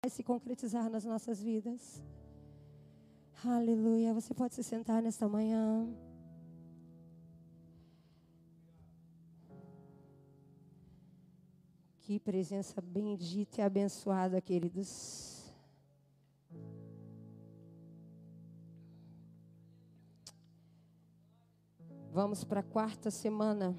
vai se concretizar nas nossas vidas. Aleluia. Você pode se sentar nesta manhã. Que presença bendita e abençoada, queridos. Vamos para a quarta semana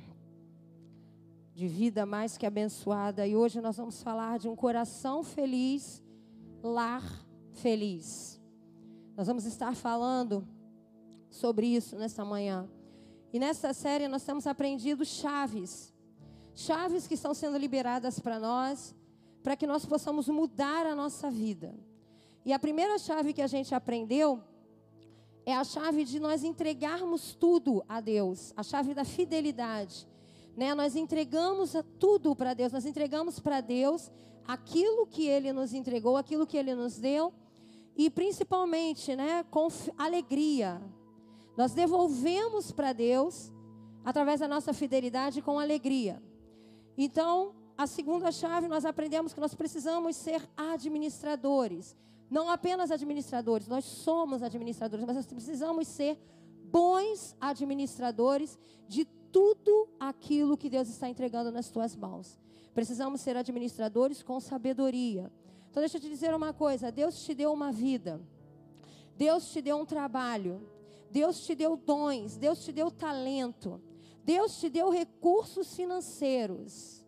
de vida mais que abençoada. E hoje nós vamos falar de um coração feliz, lar feliz. Nós vamos estar falando sobre isso nesta manhã. E nesta série nós temos aprendido chaves que estão sendo liberadas para nós, para que nós possamos mudar a nossa vida. E a primeira chave que a gente aprendeu é a chave de nós entregarmos tudo a Deus, a chave da fidelidade, né? Nós entregamos tudo para Deus, nós entregamos para Deus aquilo que Ele nos entregou, aquilo que Ele nos deu, e principalmente, né, com alegria. Nós devolvemos para Deus através da nossa fidelidade com alegria. Então, a segunda chave, nós aprendemos que nós precisamos ser administradores. Não apenas administradores, nós somos administradores, mas nós precisamos ser bons administradores de tudo aquilo que Deus está entregando nas tuas mãos. Precisamos ser administradores com sabedoria. Então, deixa eu te dizer uma coisa. Deus te deu uma vida. Deus te deu um trabalho. Deus te deu dons. Deus te deu talento. Deus te deu recursos financeiros.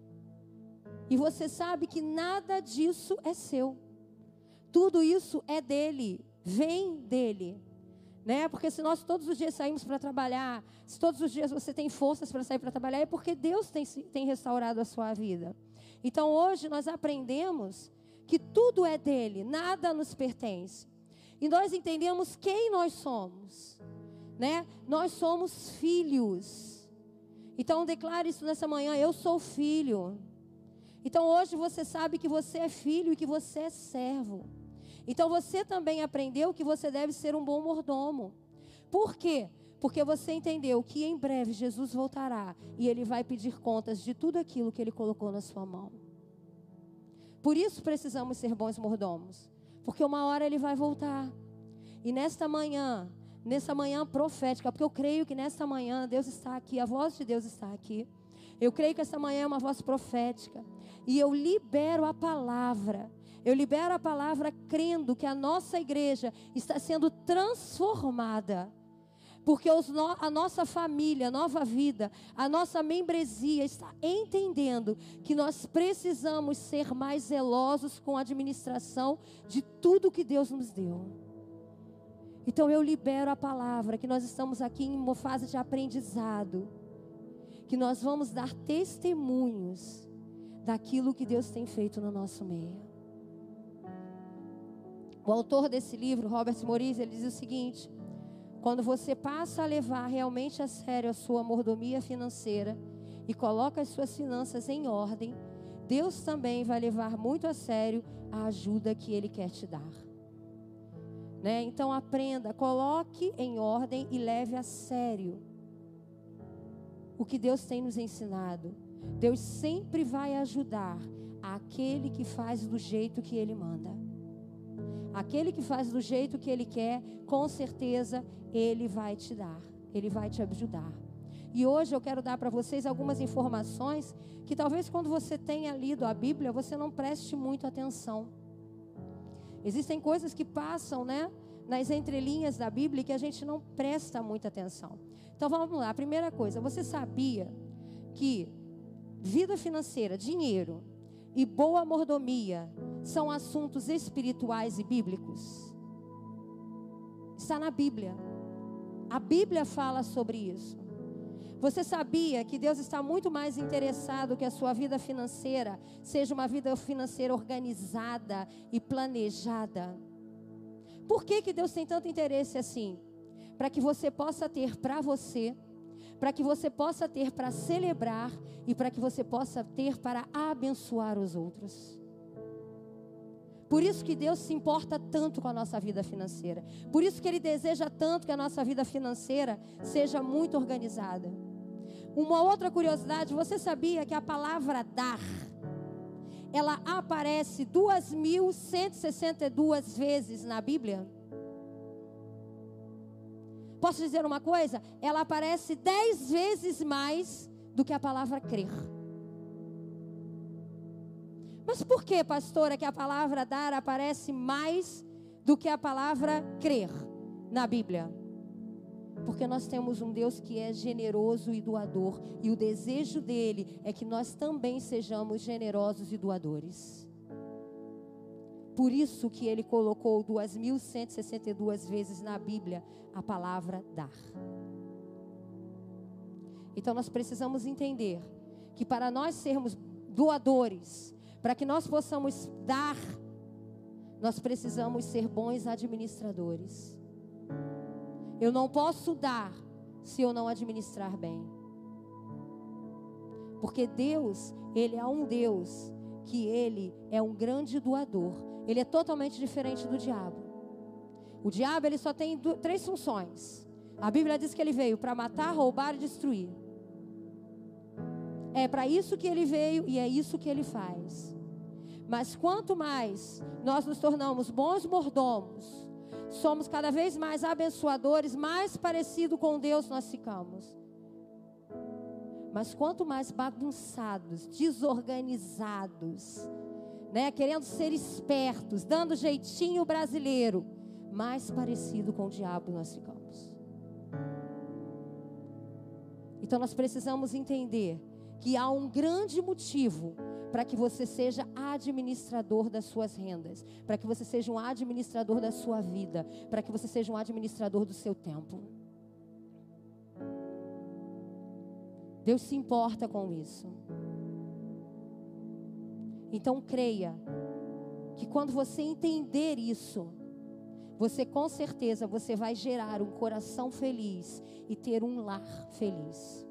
E você sabe que nada disso é seu. Tudo isso é dele. Vem dele. Né? Porque se nós todos os dias saímos para trabalhar, se todos os dias você tem forças para sair para trabalhar, é porque Deus tem restaurado a sua vida. Então hoje nós aprendemos que tudo é dele, nada nos pertence. E nós entendemos quem nós somos, né? Nós somos filhos. Então declare isso nessa manhã: eu sou filho. Então hoje você sabe que você é filho e que você é servo. Então você também aprendeu que você deve ser um bom mordomo. Por quê? Porque você entendeu que em breve Jesus voltará e Ele vai pedir contas de tudo aquilo que Ele colocou na sua mão. Por isso precisamos ser bons mordomos, porque uma hora Ele vai voltar. E nessa manhã profética, porque eu creio que nesta manhã Deus está aqui, a voz de Deus está aqui. Eu creio que essa manhã é uma voz profética. E eu libero a palavra. Eu libero a palavra crendo que a nossa igreja está sendo transformada. Porque a nossa família, Nova Vida, a nossa membresia está entendendo que nós precisamos ser mais zelosos com a administração de tudo que Deus nos deu. Então eu libero a palavra, que nós estamos aqui em uma fase de aprendizado. Que nós vamos dar testemunhos daquilo que Deus tem feito no nosso meio. O autor desse livro, Robert Morris, ele diz o seguinte: quando você passa a levar realmente a sério a sua mordomia financeira e coloca as suas finanças em ordem, Deus também vai levar muito a sério a ajuda que Ele quer te dar. Né? Então aprenda, coloque em ordem e leve a sério o que Deus tem nos ensinado. Deus sempre vai ajudar aquele que faz do jeito que Ele manda. Aquele que faz do jeito que Ele quer, com certeza Ele vai te dar. Ele vai te ajudar. E hoje eu quero dar para vocês algumas informações que talvez quando você tenha lido a Bíblia, você não preste muito atenção. Existem coisas que passam, né, nas entrelinhas da Bíblia que a gente não presta muita atenção. Então vamos lá, a primeira coisa, você sabia que vida financeira, dinheiro e boa mordomia são assuntos espirituais e bíblicos? Está na Bíblia. A Bíblia fala sobre isso. Você sabia que Deus está muito mais interessado que a sua vida financeira seja uma vida financeira organizada e planejada? Por que Deus tem tanto interesse assim? Para que você possa ter para você, para que você possa ter para celebrar e para que você possa ter para abençoar os outros. Por isso que Deus se importa tanto com a nossa vida financeira. Por isso que Ele deseja tanto que a nossa vida financeira seja muito organizada. Uma outra curiosidade, você sabia que a palavra dar ela aparece 2.162 vezes na Bíblia. Posso dizer uma coisa? Ela aparece 10 vezes mais do que a palavra crer. Mas por que, pastora, que a palavra dar aparece mais do que a palavra crer na Bíblia? Porque nós temos um Deus que é generoso e doador. E o desejo dele é que nós também sejamos generosos e doadores. Por isso que ele colocou 2.162 vezes na Bíblia a palavra dar. Então nós precisamos entender que para nós sermos doadores, para que nós possamos dar, nós precisamos ser bons administradores. Eu não posso dar se eu não administrar bem. Porque Deus, Ele é um Deus que Ele é um grande doador. Ele é totalmente diferente do diabo. O diabo, ele só tem 3 funções. A Bíblia diz que ele veio para matar, roubar e destruir. É para isso que ele veio e é isso que ele faz. Mas quanto mais nós nos tornamos bons mordomos, somos cada vez mais abençoadores, mais parecido com Deus nós ficamos. Mas quanto mais bagunçados, desorganizados, querendo ser espertos, dando jeitinho brasileiro, mais parecido com o diabo nós ficamos. Então nós precisamos entender que há um grande motivo para que você seja administrador das suas rendas, para que você seja um administrador da sua vida, para que você seja um administrador do seu tempo. Deus se importa com isso. Então creia que quando você entender isso, você com certeza você vai gerar um coração feliz e ter um lar feliz.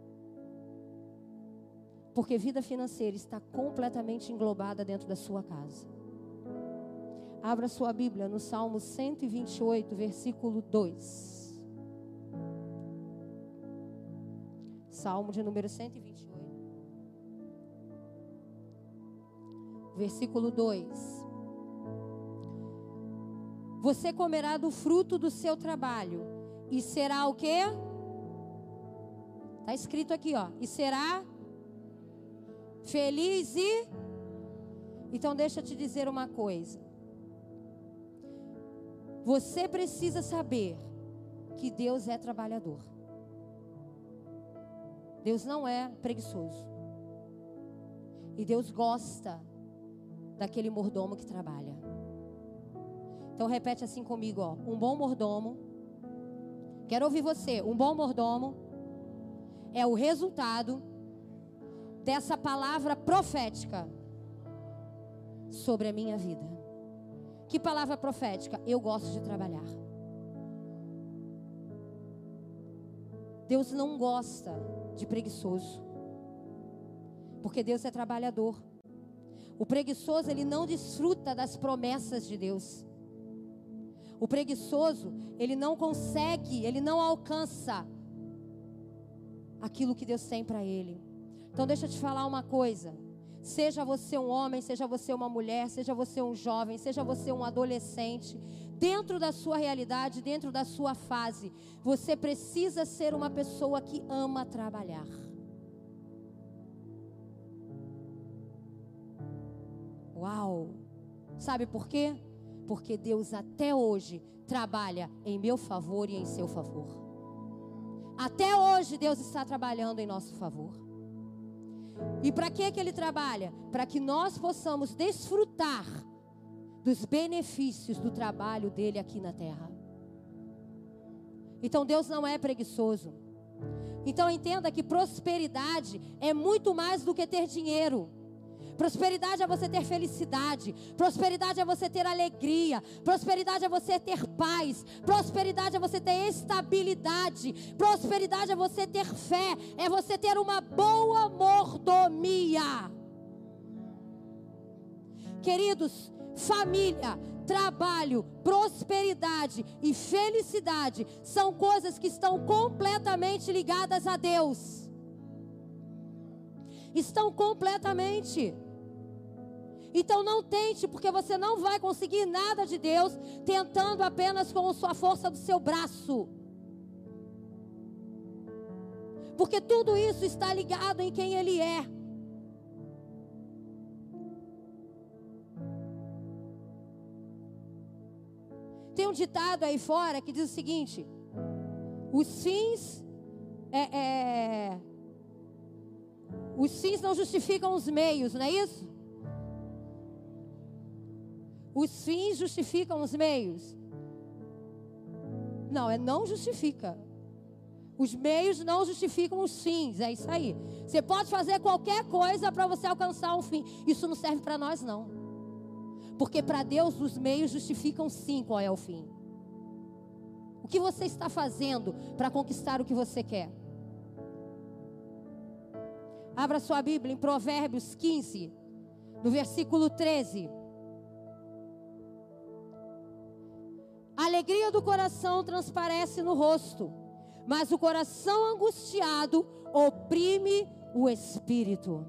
Porque vida financeira está completamente englobada dentro da sua casa. Abra sua Bíblia no Salmo 128, versículo 2. Salmo de número 128. Versículo 2. Você comerá do fruto do seu trabalho e será o quê? Está escrito aqui, ó. E será feliz e... Então deixa eu te dizer uma coisa. Você precisa saber que Deus é trabalhador. Deus não é preguiçoso. E Deus gosta daquele mordomo que trabalha. Então repete assim comigo, ó. Um bom mordomo. Quero ouvir você. Um bom mordomo é o resultado dessa palavra profética sobre a minha vida. Que palavra profética? Eu gosto de trabalhar. Deus não gosta de preguiçoso, porque Deus é trabalhador. O preguiçoso, ele não desfruta das promessas de Deus. O preguiçoso, ele não consegue, ele não alcança aquilo que Deus tem para ele. Então deixa eu te falar uma coisa. Seja você um homem, seja você uma mulher, seja você um jovem, seja você um adolescente, dentro da sua realidade, dentro da sua fase, você precisa ser uma pessoa que ama trabalhar. Uau! Sabe por quê? Porque Deus até hoje trabalha em meu favor e em seu favor. Até hoje Deus está trabalhando em nosso favor. E para que Ele trabalha? Para que nós possamos desfrutar dos benefícios do trabalho dele aqui na terra. Então Deus não é preguiçoso. Então entenda que prosperidade é muito mais do que ter dinheiro. Prosperidade é você ter felicidade. Prosperidade é você ter alegria. Prosperidade é você ter paz. Prosperidade é você ter estabilidade. Prosperidade é você ter fé. É você ter uma boa mordomia. Queridos, família, trabalho, prosperidade e felicidade são coisas que estão completamente ligadas a Deus. Estão completamente. Então não tente, porque você não vai conseguir nada de Deus tentando apenas com a sua força do seu braço. Porque tudo isso está ligado em quem Ele é. Tem um ditado aí fora que diz o seguinte: os fins não justificam os meios, não é isso? Os fins justificam os meios? Não justifica. Os meios não justificam os fins, é isso aí. Você pode fazer qualquer coisa para você alcançar um fim. Isso não serve para nós, não. Porque para Deus os meios justificam sim qual é o fim. O que você está fazendo para conquistar o que você quer? Abra sua Bíblia em Provérbios 15, no versículo 13. A alegria do coração transparece no rosto, mas o coração angustiado oprime o espírito.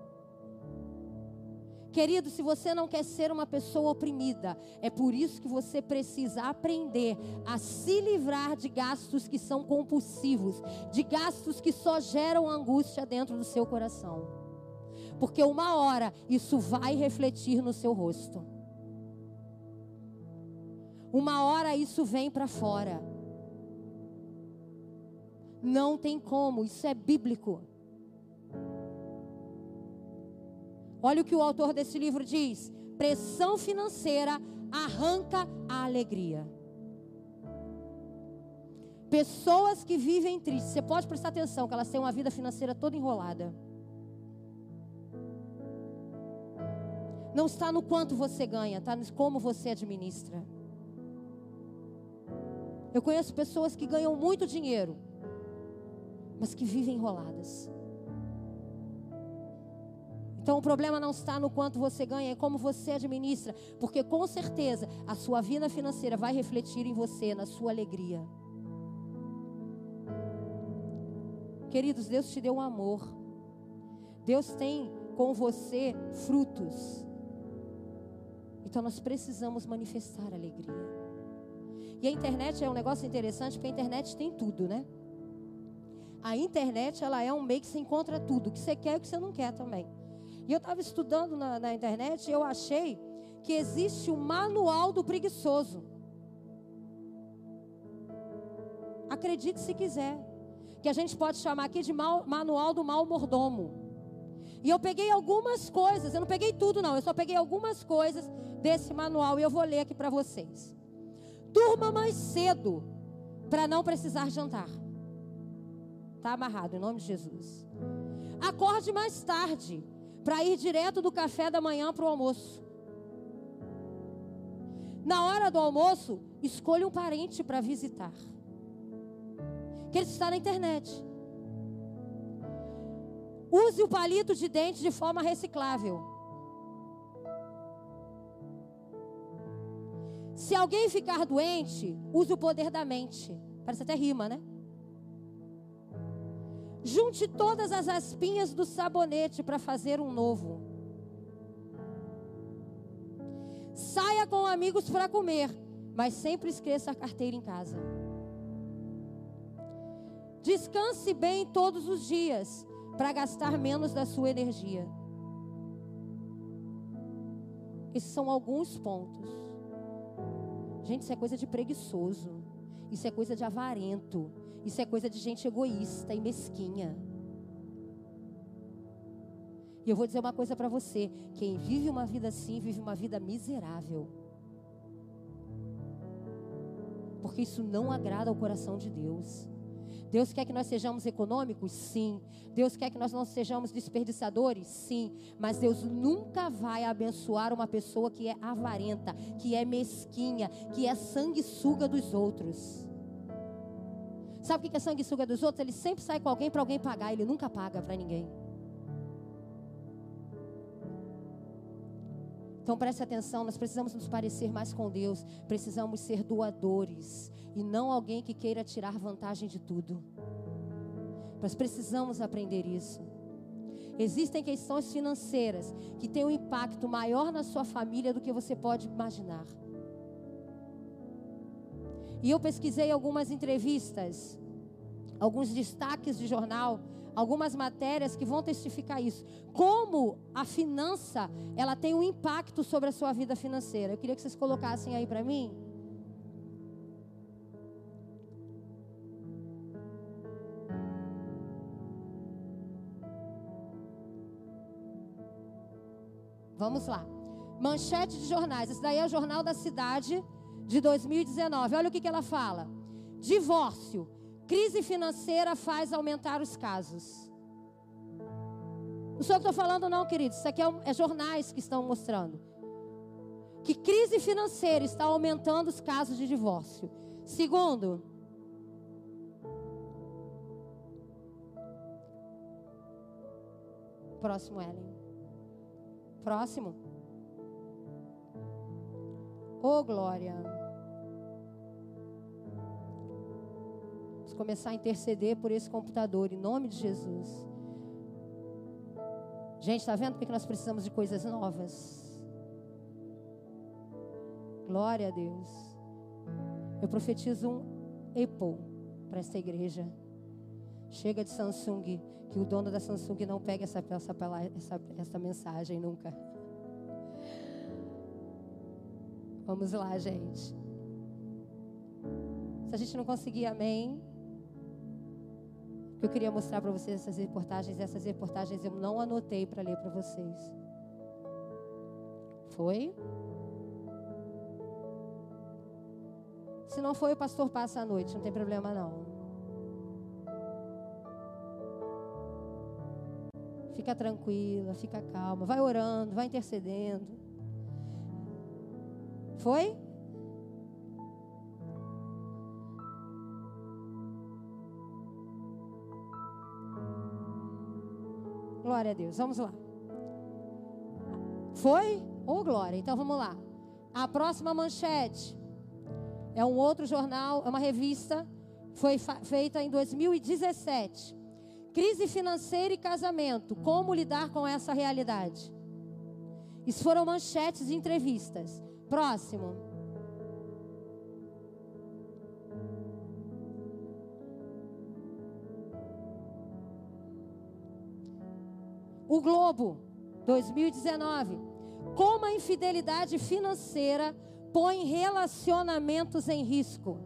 Querido, se você não quer ser uma pessoa oprimida, é por isso que você precisa aprender a se livrar de gastos que são compulsivos, de gastos que só geram angústia dentro do seu coração. Porque uma hora isso vai refletir no seu rosto. Uma hora isso vem para fora. Não tem como, isso é bíblico. Olha o que o autor desse livro diz: pressão financeira arranca a alegria. Pessoas que vivem tristes, você pode prestar atenção que elas têm uma vida financeira toda enrolada. Não está no quanto você ganha, está no como você administra. Eu conheço pessoas que ganham muito dinheiro, mas que vivem enroladas. Então o problema não está no quanto você ganha, é como você administra. Porque com certeza a sua vida financeira vai refletir em você, na sua alegria. Queridos, Deus te deu um amor. Deus tem com você frutos. Então nós precisamos manifestar alegria. E a internet é um negócio interessante, porque a internet tem tudo, né? A internet, ela é um meio que você encontra tudo, o que você quer e o que você não quer também. E eu estava estudando na internet e eu achei que existe o manual do preguiçoso. Acredite se quiser. Que a gente pode chamar aqui de manual do mau mordomo. E eu peguei algumas coisas, eu não peguei tudo não, eu só peguei algumas coisas desse manual e eu vou ler aqui para vocês. Durma mais cedo para não precisar jantar. Está amarrado em nome de Jesus. Acorde mais tarde para ir direto do café da manhã para o almoço. Na hora do almoço, escolha um parente para visitar. Que ele está na internet. Use o palito de dente de forma reciclável. Se alguém ficar doente, use o poder da mente. Parece até rima, né? Junte todas as aspinhas do sabonete para fazer um novo. Saia com amigos para comer, mas sempre esqueça a carteira em casa. Descanse bem todos os dias para gastar menos da sua energia. Esses são alguns pontos. Gente, isso é coisa de preguiçoso. Isso é coisa de avarento. Isso é coisa de gente egoísta e mesquinha. E eu vou dizer uma coisa para você: quem vive uma vida assim, vive uma vida miserável. Porque isso não agrada ao coração de Deus. Deus quer que nós sejamos econômicos? Sim. Deus quer que nós não sejamos desperdiçadores? Sim. Mas Deus nunca vai abençoar uma pessoa que é avarenta, que é mesquinha, que é sanguessuga dos outros. Sabe o que é sanguessuga dos outros? Ele sempre sai com alguém para alguém pagar, ele nunca paga para ninguém. Então preste atenção, nós precisamos nos parecer mais com Deus, precisamos ser doadores e não alguém que queira tirar vantagem de tudo. Nós precisamos aprender isso. Existem questões financeiras que têm um impacto maior na sua família do que você pode imaginar. E eu pesquisei algumas entrevistas, alguns destaques de jornal, algumas matérias que vão testificar isso. Como a finança, ela tem um impacto sobre a sua vida financeira. Eu queria que vocês colocassem aí para mim. Vamos lá. Manchete de jornais. Esse daí é o Jornal da Cidade de 2019. Olha o que ela fala. Divórcio. Crise financeira faz aumentar os casos. Não sou eu que estou falando não, queridos. Isso aqui é jornais que estão mostrando. Que crise financeira está aumentando os casos de divórcio. Segundo, próximo, Ellen. Próximo. Oh, glória. Vamos começar a interceder por esse computador, em nome de Jesus. Gente, está vendo porque nós precisamos de coisas novas? Glória a Deus. Eu profetizo um Apple para esta igreja. Chega de Samsung, que o dono da Samsung não pegue essa mensagem nunca. Vamos lá, gente. Se a gente não conseguir, amém. Eu queria mostrar para vocês essas reportagens eu não anotei para ler para vocês. Foi? Se não foi, o pastor passa a noite, não tem problema não. Fica tranquila, fica calma, vai orando, vai intercedendo. Foi? Glória a Deus, vamos lá. Foi? Oh, glória, então vamos lá. A próxima manchete é um outro jornal, é uma revista, foi feita em 2017. Crise financeira e casamento, como lidar com essa realidade? Isso foram manchetes de entrevistas. Próximo. O Globo, 2019. Como a infidelidade financeira põe relacionamentos em risco.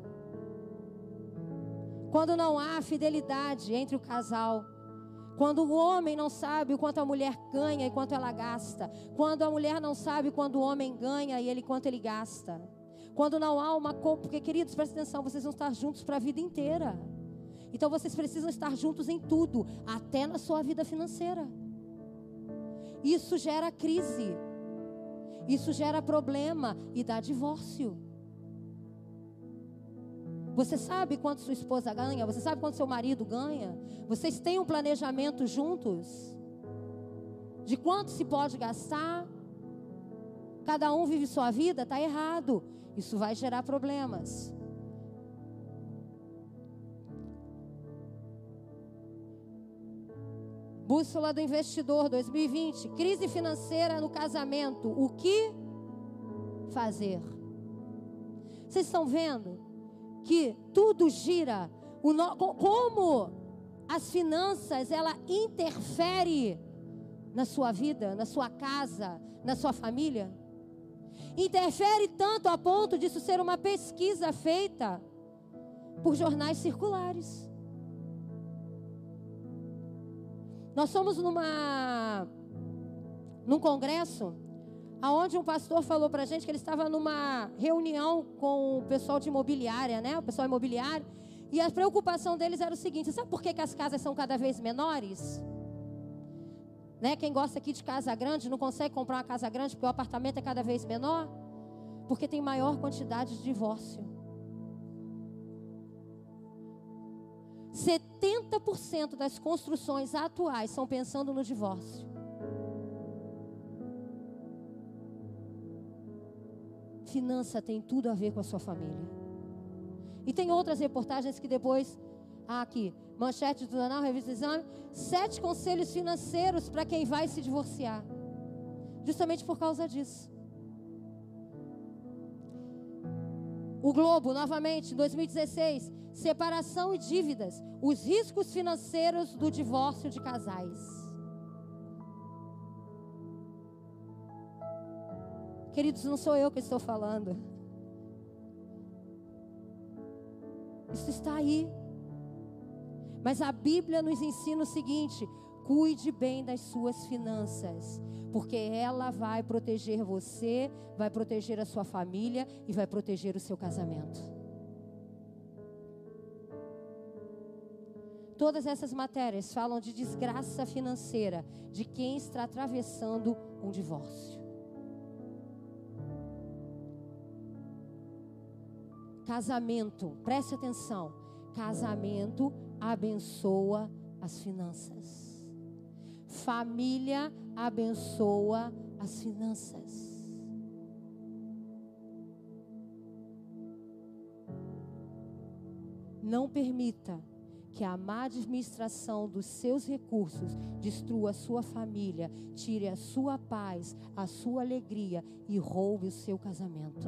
Quando não há fidelidade entre o casal. Quando o homem não sabe o quanto a mulher ganha e quanto ela gasta. Quando a mulher não sabe quando o homem ganha e quanto ele gasta. Quando não há uma... Porque, queridos, prestem atenção, vocês vão estar juntos para a vida inteira. Então, vocês precisam estar juntos em tudo. Até na sua vida financeira. Isso gera crise. Isso gera problema e dá divórcio. Você sabe quanto sua esposa ganha? Você sabe quanto seu marido ganha? Vocês têm um planejamento juntos? De quanto se pode gastar? Cada um vive sua vida? Está errado. Isso vai gerar problemas. Bússola do Investidor 2020. Crise financeira no casamento. O que fazer? Vocês estão vendo que tudo gira, como as finanças, ela interfere na sua vida, na sua casa, na sua família? Interfere tanto a ponto disso ser uma pesquisa feita por jornais circulares. Nós fomos num congresso aonde um pastor falou para a gente que ele estava numa reunião com o pessoal de imobiliária, né? O pessoal imobiliário. E a preocupação deles era o seguinte: sabe por que as casas são cada vez menores? Né? Quem gosta aqui de casa grande não consegue comprar uma casa grande porque o apartamento é cada vez menor? Porque tem maior quantidade de divórcio. 70% das construções atuais são pensando no divórcio. Finança tem tudo a ver com a sua família. E tem outras reportagens que depois Aqui, manchete do jornal, revista Exame, 7 conselhos financeiros para quem vai se divorciar. Justamente por causa disso. O Globo, novamente, 2016, separação e dívidas, os riscos financeiros do divórcio de casais. Queridos, não sou eu que estou falando. Isso está aí. Mas a Bíblia nos ensina o seguinte: cuide bem das suas finanças, porque ela vai proteger você, vai proteger a sua família e vai proteger o seu casamento. Todas essas matérias falam de desgraça financeira de quem está atravessando um divórcio. Casamento, preste atenção, casamento abençoa as finanças. Família abençoa as finanças. Não permita que a má administração dos seus recursos destrua a sua família, tire a sua paz, a sua alegria e roube o seu casamento.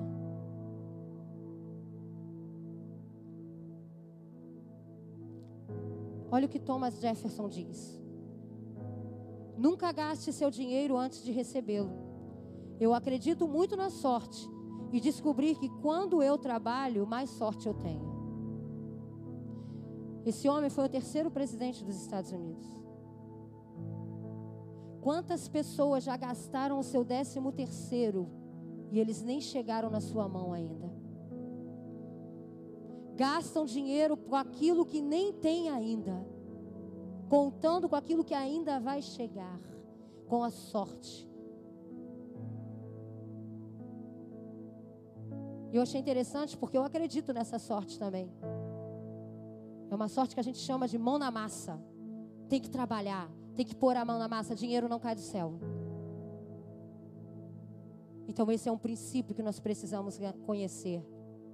Olha o que Thomas Jefferson diz: nunca gaste seu dinheiro antes de recebê-lo. Eu acredito muito na sorte e descobri que quando eu trabalho, mais sorte eu tenho. Esse homem foi o 3º presidente dos Estados Unidos. Quantas pessoas já gastaram o seu 13º e eles nem chegaram na sua mão ainda? Gastam dinheiro com aquilo que nem tem ainda, contando com aquilo que ainda vai chegar, com a sorte. Eu achei interessante porque eu acredito nessa sorte também. É uma sorte que a gente chama de mão na massa. Tem que trabalhar, tem que pôr a mão na massa, dinheiro não cai do céu. Então esse é um princípio que nós precisamos conhecer.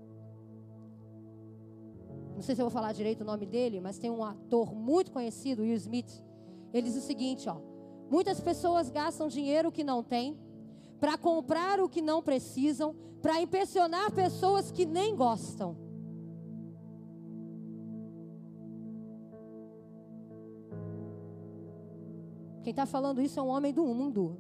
Não sei se eu vou falar direito o nome dele, mas tem um ator muito conhecido, Will Smith. Ele diz o seguinte, muitas pessoas gastam dinheiro que não têm, para comprar o que não precisam, para impressionar pessoas que nem gostam. Quem está falando isso é um homem do mundo.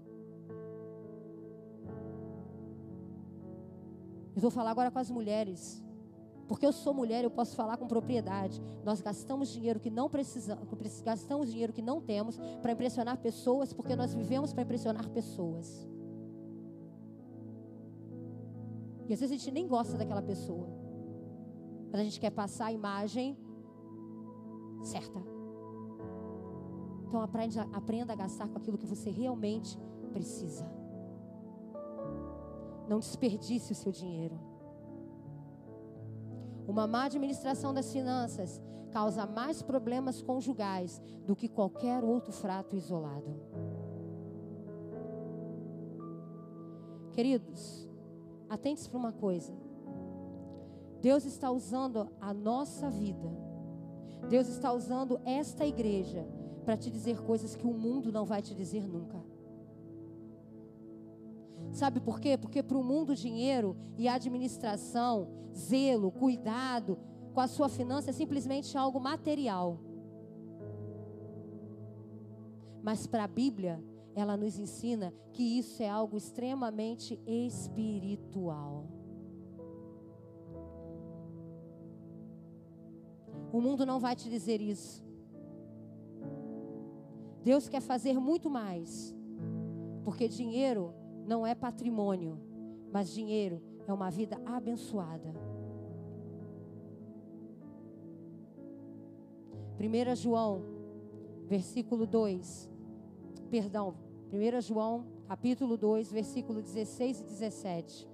Eu vou falar agora com as mulheres. Porque eu sou mulher, eu posso falar com propriedade. Nós gastamos dinheiro que não precisamos, gastamos dinheiro que não temos para impressionar pessoas, porque nós vivemos para impressionar pessoas. E às vezes a gente nem gosta daquela pessoa, mas a gente quer passar a certa. Então aprenda a gastar com aquilo que você realmente precisa. Não desperdice o seu dinheiro. Uma má administração das finanças causa mais problemas conjugais do que qualquer outro fato isolado. Queridos, atente-se para uma coisa. Deus está usando a nossa vida. Deus está usando esta igreja para te dizer coisas que o mundo não vai te dizer nunca. Sabe por quê? Porque para o mundo dinheiro e administração, zelo, cuidado com a sua finança é simplesmente algo material. Mas para a Bíblia, ela nos ensina que isso é algo extremamente espiritual. O mundo não vai te dizer isso. Deus quer fazer muito mais, porque dinheiro não é patrimônio, mas dinheiro é uma vida abençoada. 1 João, versículo 2, perdão, 1 João, capítulo 2, versículo 16 e 17.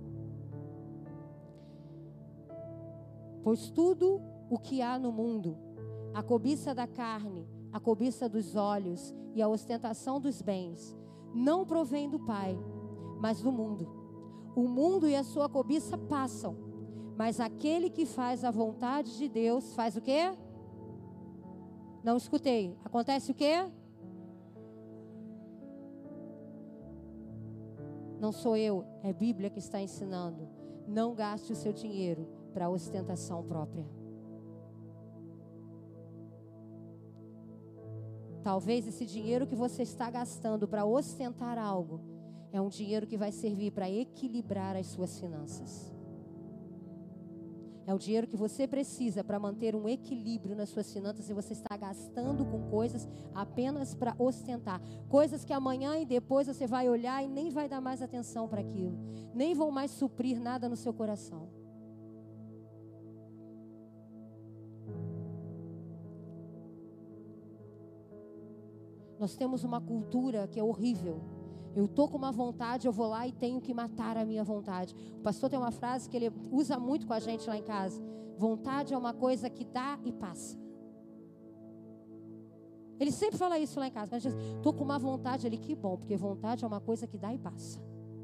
Pois tudo o que há no mundo, a cobiça da carne, a cobiça dos olhos e a ostentação dos bens, não provém do Pai, mas do mundo. O mundo e a sua cobiça passam, mas aquele que faz a vontade de Deus faz o quê? Não escutei. Acontece o quê? Não sou eu, é a Bíblia que está ensinando. Não gaste o seu dinheiro para ostentação própria. Talvez esse dinheiro que você está gastando para ostentar algo é um dinheiro que vai servir para equilibrar as suas finanças. É o dinheiro que você precisa para manter um equilíbrio nas suas finanças e você está gastando com coisas apenas para ostentar. Coisas que amanhã e depois você vai olhar e nem vai dar mais atenção para aquilo. Nem vão mais suprir nada no seu coração. Nós temos uma cultura que é horrível. Eu estou com uma vontade, eu vou lá e tenho que matar a minha vontade. O pastor tem uma frase que ele usa muito com a gente lá em casa. Vontade é uma coisa que dá e passa. Ele sempre fala isso lá em casa. Mas estou com uma vontade ali, que bom, porque vontade é uma coisa que dá e passa.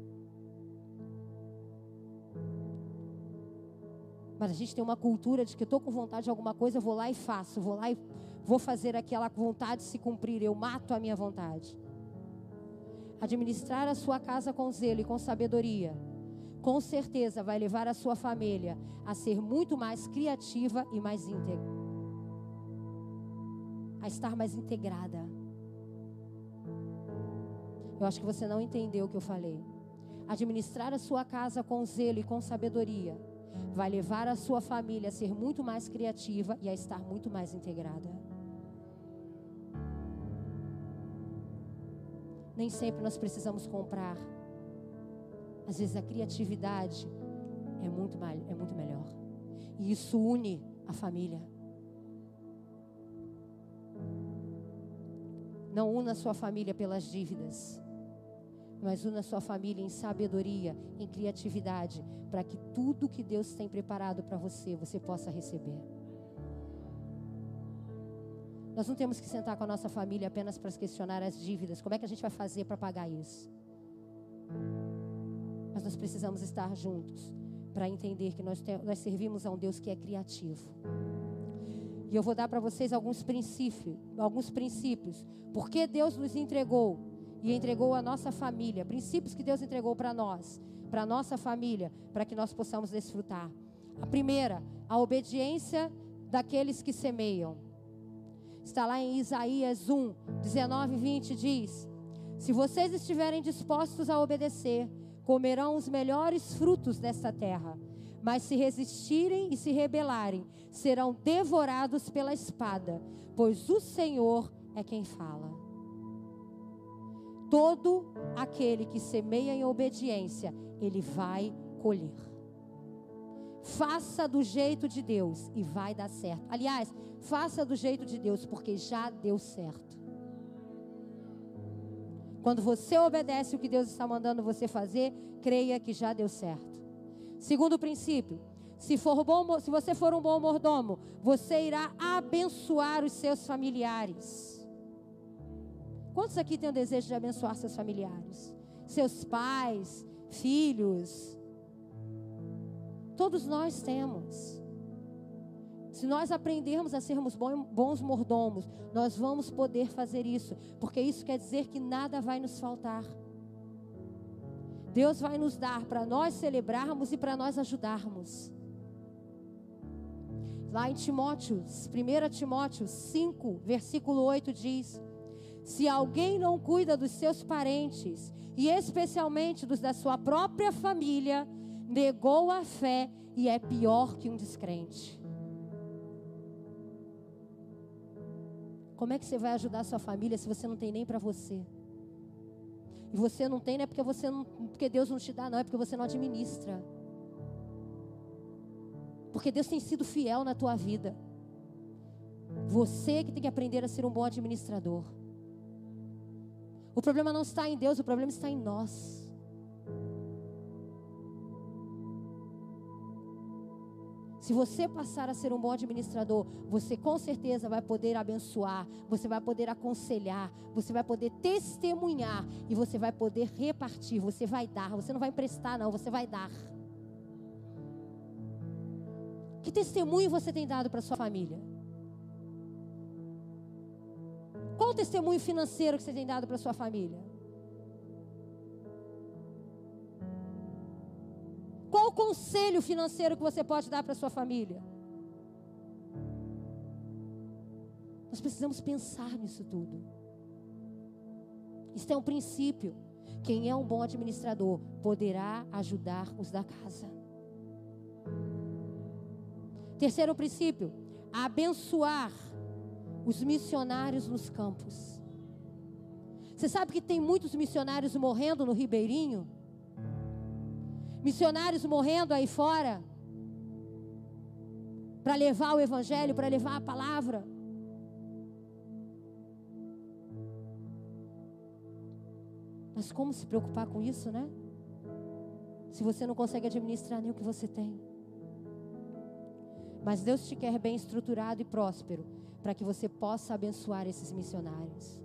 Mas a gente tem uma cultura de que eu estou com vontade de alguma coisa, eu vou lá e faço. Vou lá e vou fazer aquela vontade se cumprir. Eu mato a minha vontade. Administrar a sua casa com zelo e com sabedoria, com certeza vai levar a sua família a ser muito mais criativa e mais íntegra. A estar mais integrada. Eu acho que você não entendeu o que eu falei. Administrar a sua casa com zelo e com sabedoria vai levar a sua família a ser muito mais criativa e a estar muito mais integrada. Nem sempre nós precisamos comprar. Às vezes a criatividade é muito melhor. E isso une a família. Não una a sua família pelas dívidas, mas una a sua família em sabedoria, em criatividade, para que tudo que Deus tem preparado para você, você possa receber. Nós não temos que sentar com a nossa família apenas para questionar as dívidas. Como é que a gente vai fazer para pagar isso? Mas nós precisamos estar juntos para entender que nós servimos a um Deus que é criativo. E eu vou dar para vocês alguns princípios. Porque Deus nos entregou e entregou a nossa família. Princípios que Deus entregou para nós, para a nossa família, para que nós possamos desfrutar. A primeira, a obediência daqueles que semeiam. Está lá em Isaías 1, 19 e 20, diz: se vocês estiverem dispostos a obedecer, comerão os melhores frutos desta terra. Mas se resistirem e se rebelarem, serão devorados pela espada, pois o Senhor é quem fala. Todo aquele que semeia em obediência, ele vai colher. Faça do jeito de Deus e vai dar certo. Aliás, faça do jeito de Deus, porque já deu certo. Quando você obedece o que Deus está mandando você fazer, creia que já deu certo. Segundo princípio, se você for um bom mordomo, você irá abençoar os seus familiares. Quantos aqui têm o desejo de abençoar seus familiares? Seus pais, filhos? Todos nós temos. Se nós aprendermos a sermos bons mordomos, nós vamos poder fazer isso, porque isso quer dizer que nada vai nos faltar. Deus vai nos dar para nós celebrarmos e para nós ajudarmos. Lá em 1 Timóteo 5, versículo 8 diz: se alguém não cuida dos seus parentes, e especialmente dos da sua própria família, negou a fé e é pior que um descrente. Como é que você vai ajudar a sua família se você não tem nem para você? E você não tem, não é porque Deus não te dá, não, é porque você não administra. Porque Deus tem sido fiel na tua vida. Você que tem que aprender a ser um bom administrador. O problema não está em Deus, o problema está em nós. Se você passar a ser um bom administrador, você com certeza vai poder abençoar, você vai poder aconselhar, você vai poder testemunhar e você vai poder repartir, você vai dar, você não vai emprestar não, você vai dar. Que testemunho você tem dado para sua família? Qual o testemunho financeiro que você tem dado para sua família? Qual o conselho financeiro que você pode dar para sua família? Nós precisamos pensar nisso tudo. Isso é um princípio. Quem é um bom administrador poderá ajudar os da casa. Terceiro princípio, abençoar os missionários nos campos. Você sabe que tem muitos missionários morrendo no Ribeirinho? Missionários morrendo aí fora para levar o evangelho, para levar a palavra. Mas como se preocupar com isso, né? Se você não consegue administrar nem o que você tem. Mas Deus te quer bem estruturado e próspero, para que você possa abençoar esses missionários.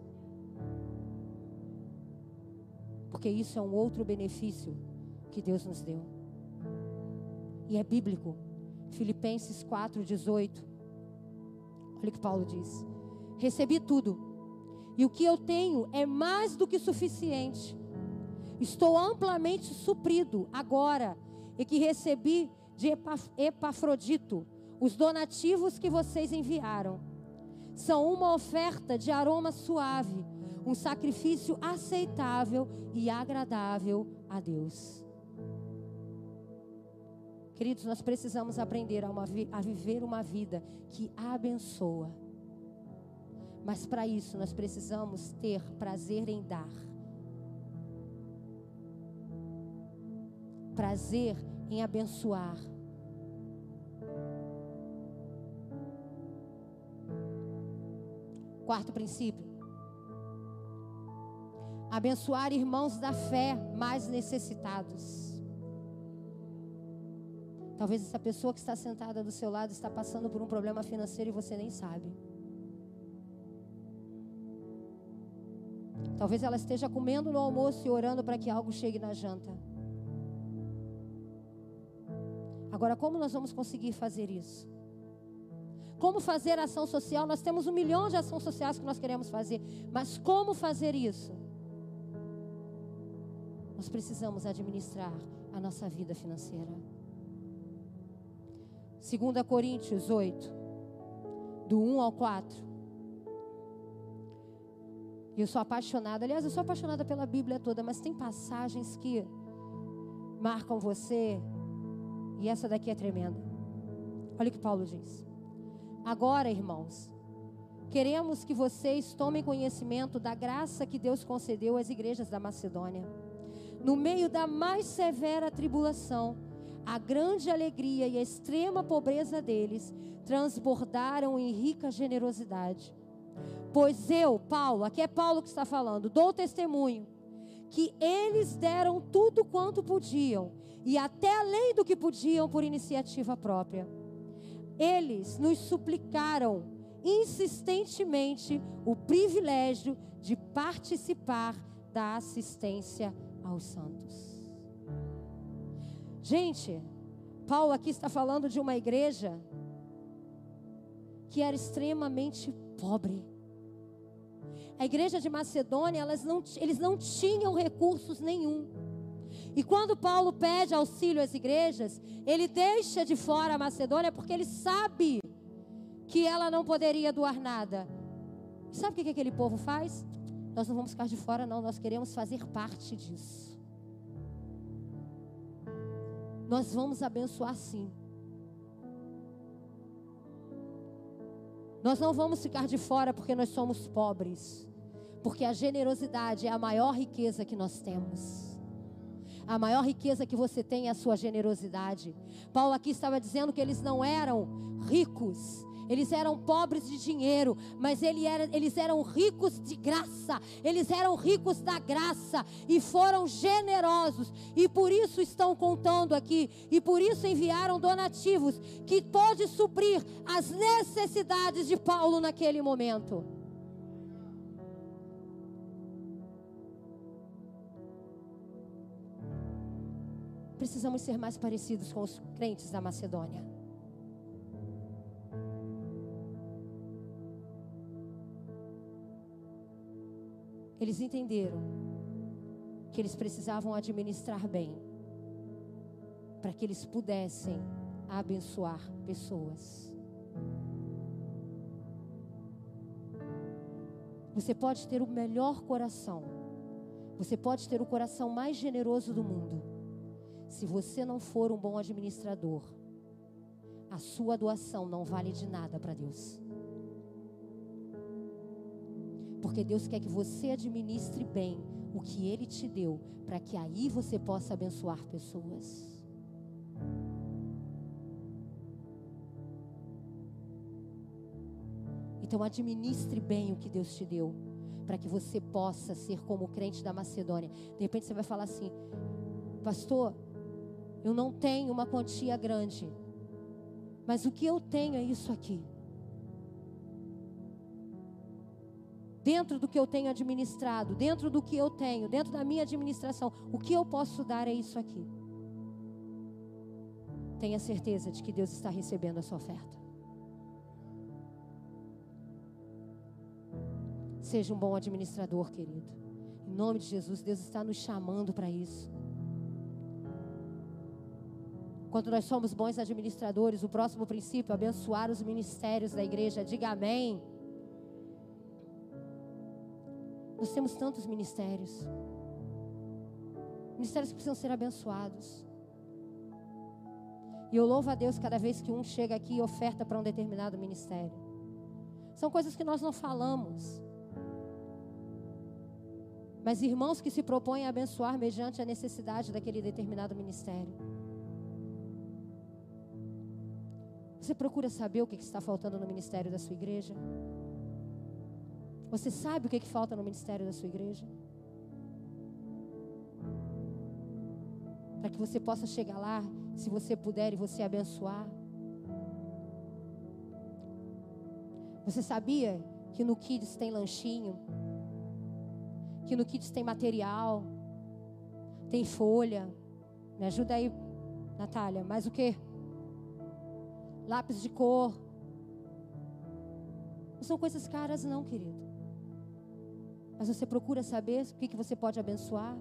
Porque isso é um outro benefício que Deus nos deu. E é bíblico. Filipenses 4:18. Olha o que Paulo diz. Recebi tudo. E o que eu tenho é mais do que suficiente. Estou amplamente suprido agora. E que recebi de Epafrodito os donativos que vocês enviaram. São uma oferta de aroma suave, um sacrifício aceitável e agradável a Deus. Queridos, nós precisamos aprender a viver uma vida que abençoa. Mas para isso nós precisamos ter prazer em dar. Prazer em abençoar. Quarto princípio. Abençoar irmãos da fé mais necessitados. Talvez essa pessoa que está sentada do seu lado está passando por um problema financeiro e você nem sabe. Talvez ela esteja comendo no almoço e orando para que algo chegue na janta. Agora, como nós vamos conseguir fazer isso? Como fazer ação social? Nós temos 1 milhão de ações sociais que nós queremos fazer. Mas como fazer isso? Nós precisamos administrar a nossa vida financeira. 2 Coríntios 8, do 1 ao 4. Eu sou apaixonada, aliás, eu sou apaixonada pela Bíblia toda, mas tem passagens que marcam você, e essa daqui é tremenda. Olha o que Paulo diz. Agora, irmãos, queremos que vocês tomem conhecimento da graça que Deus concedeu às igrejas da Macedônia. No meio da mais severa tribulação, a grande alegria e a extrema pobreza deles transbordaram em rica generosidade. Pois eu, Paulo, aqui é Paulo que está falando, dou testemunho que eles deram tudo quanto podiam e até além do que podiam por iniciativa própria. Eles nos suplicaram insistentemente o privilégio de participar da assistência aos santos. Gente, Paulo aqui está falando de uma igreja que era extremamente pobre. A igreja de Macedônia, eles não tinham recursos nenhum. E quando Paulo pede auxílio às igrejas, ele deixa de fora a Macedônia porque ele sabe que ela não poderia doar nada. Sabe o que aquele povo faz? Nós não vamos ficar de fora não, nós queremos fazer parte disso. Nós vamos abençoar sim. Nós não vamos ficar de fora porque nós somos pobres. Porque a generosidade é a maior riqueza que nós temos. A maior riqueza que você tem é a sua generosidade. Paulo aqui estava dizendo que eles não eram ricos. Eles eram pobres de dinheiro, mas eles eram ricos de graça. Eles eram ricos da graça e foram generosos. E por isso estão contando aqui. E por isso enviaram donativos que pode suprir as necessidades de Paulo naquele momento. Precisamos ser mais parecidos com os crentes da Macedônia. eles entenderam que eles precisavam administrar bem, para que eles pudessem abençoar pessoas. Você pode ter o melhor coração, você pode ter o coração mais generoso do mundo. Se você não for um bom administrador, a sua doação não vale de nada para Deus. Porque Deus quer que você administre bem o que Ele te deu, para que aí você possa abençoar pessoas. Então administre bem o que Deus te deu, para que você possa ser como o crente da Macedônia. De repente você vai falar assim: pastor, eu não tenho uma quantia grande, mas o que eu tenho é isso aqui. Dentro do que eu tenho administrado, dentro do que eu tenho, dentro da minha administração, o que eu posso dar é isso aqui. Tenha certeza de que Deus está recebendo a sua oferta. Seja um bom administrador, querido. Em nome de Jesus, Deus está nos chamando para isso. Quando nós somos bons administradores, o próximo princípio é abençoar os ministérios da igreja. Diga amém. Nós temos tantos ministérios. Ministérios que precisam ser abençoados. E eu louvo a Deus cada vez que um chega aqui e oferta para um determinado ministério. São coisas que nós não falamos. Mas irmãos que se propõem a abençoar mediante a necessidade daquele determinado ministério. Você procura saber o que está faltando no ministério da sua igreja? Você sabe o que falta no ministério da sua igreja? Para que você possa chegar lá, se você puder, e você abençoar. Você sabia que no Kids tem lanchinho? Que no Kids tem material? Tem folha? Me ajuda aí, Natália. Mais o quê? Lápis de cor. Não são coisas caras não, querido. Mas você procura saber o que você pode abençoar?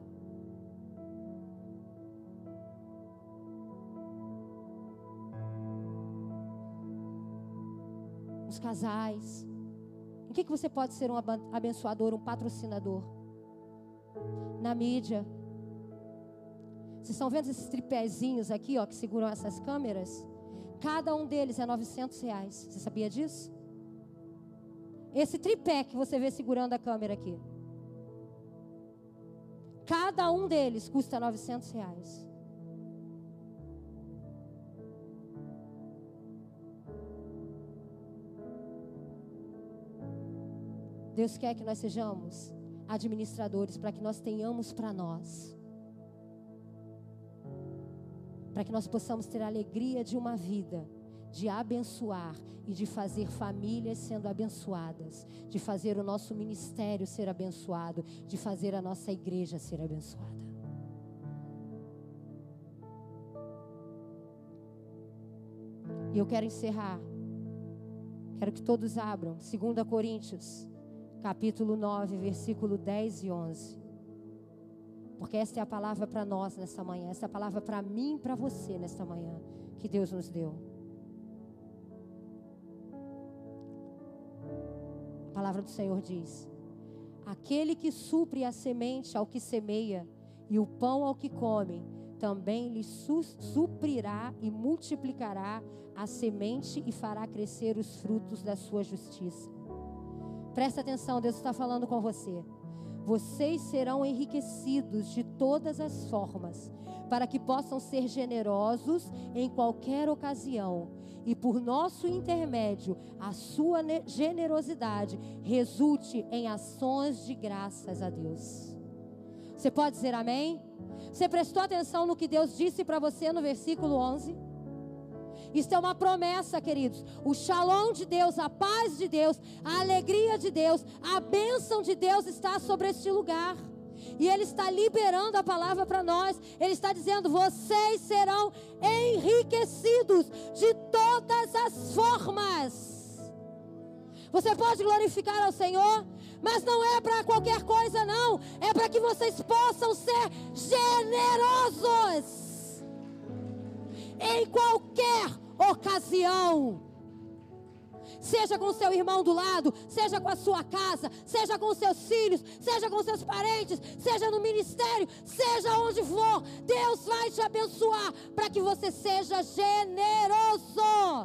Os casais. Em que você pode ser um abençoador, um patrocinador? Na mídia. Vocês estão vendo esses tripézinhos aqui, ó, que seguram essas câmeras? Cada um deles é R$900. Você sabia disso? Esse tripé que você vê segurando a câmera aqui. Cada um deles custa R$900. Deus quer que nós sejamos administradores, para que nós tenhamos para nós. Para que nós possamos ter a alegria de uma vida, de abençoar e de fazer famílias sendo abençoadas, de fazer o nosso ministério ser abençoado, de fazer a nossa igreja ser abençoada. E eu quero encerrar. Quero que todos abram 2 Coríntios, capítulo 9, versículo 10 e 11. Porque esta é a palavra para nós nesta manhã. Esta é a palavra para mim e para você nesta manhã, que Deus nos deu. A palavra do Senhor diz: aquele que supre a semente ao que semeia e o pão ao que come, também lhe suprirá e multiplicará a semente e fará crescer os frutos da sua justiça. Presta atenção, Deus está falando com você. Vocês serão enriquecidos de todas as formas, para que possam ser generosos em qualquer ocasião. E por nosso intermédio, a sua generosidade resulte em ações de graças a Deus. Você pode dizer amém? Você prestou atenção no que Deus disse para você no versículo 11? Isso é uma promessa, queridos. O shalom de Deus, a paz de Deus, a alegria de Deus, a bênção de Deus está sobre este lugar. E Ele está liberando a palavra para nós. Ele está dizendo: vocês serão enriquecidos de todas as formas. Você pode glorificar ao Senhor? Mas não é para qualquer coisa, não. É para que vocês possam ser generosos em qualquer ocasião. Seja com o seu irmão do lado, seja com a sua casa, seja com os seus filhos, seja com seus parentes, seja no ministério, seja onde for, Deus vai te abençoar para que você seja generoso.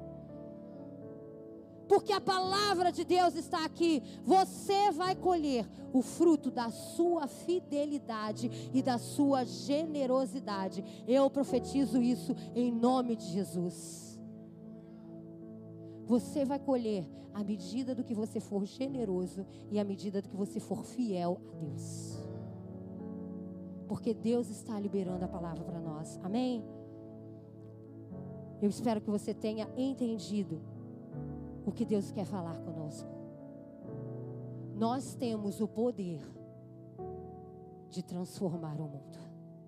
Porque a palavra de Deus está aqui. Você vai colher o fruto da sua fidelidade e da sua generosidade. Eu profetizo isso em nome de Jesus. Você vai colher à medida do que você for generoso e à medida do que você for fiel a Deus. Porque Deus está liberando a palavra para nós. Amém? Eu espero que você tenha entendido o que Deus quer falar conosco. Nós temos o poder de transformar o mundo.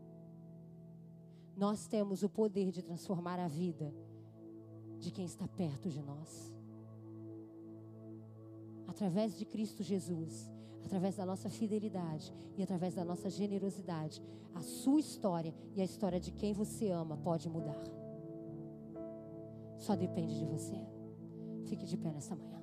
Nós temos o poder de transformar a vida de quem está perto de nós. Através de Cristo Jesus, através da nossa fidelidade e através da nossa generosidade, a sua história e a história de quem você ama pode mudar. Só depende de você. Fique de pé nesta manhã.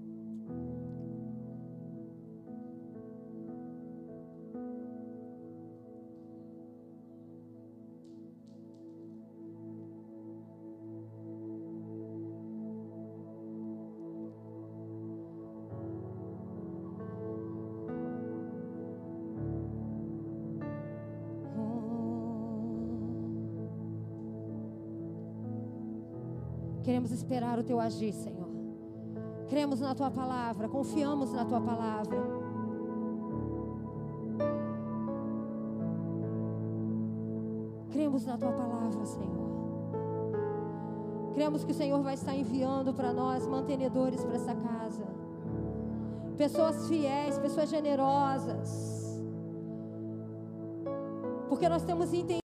Queremos esperar o teu agir, Senhor. Cremos na tua palavra, confiamos na tua palavra. Cremos na tua palavra, Senhor. Cremos que o Senhor vai estar enviando para nós mantenedores para essa casa. Pessoas fiéis, pessoas generosas. Porque nós temos entendido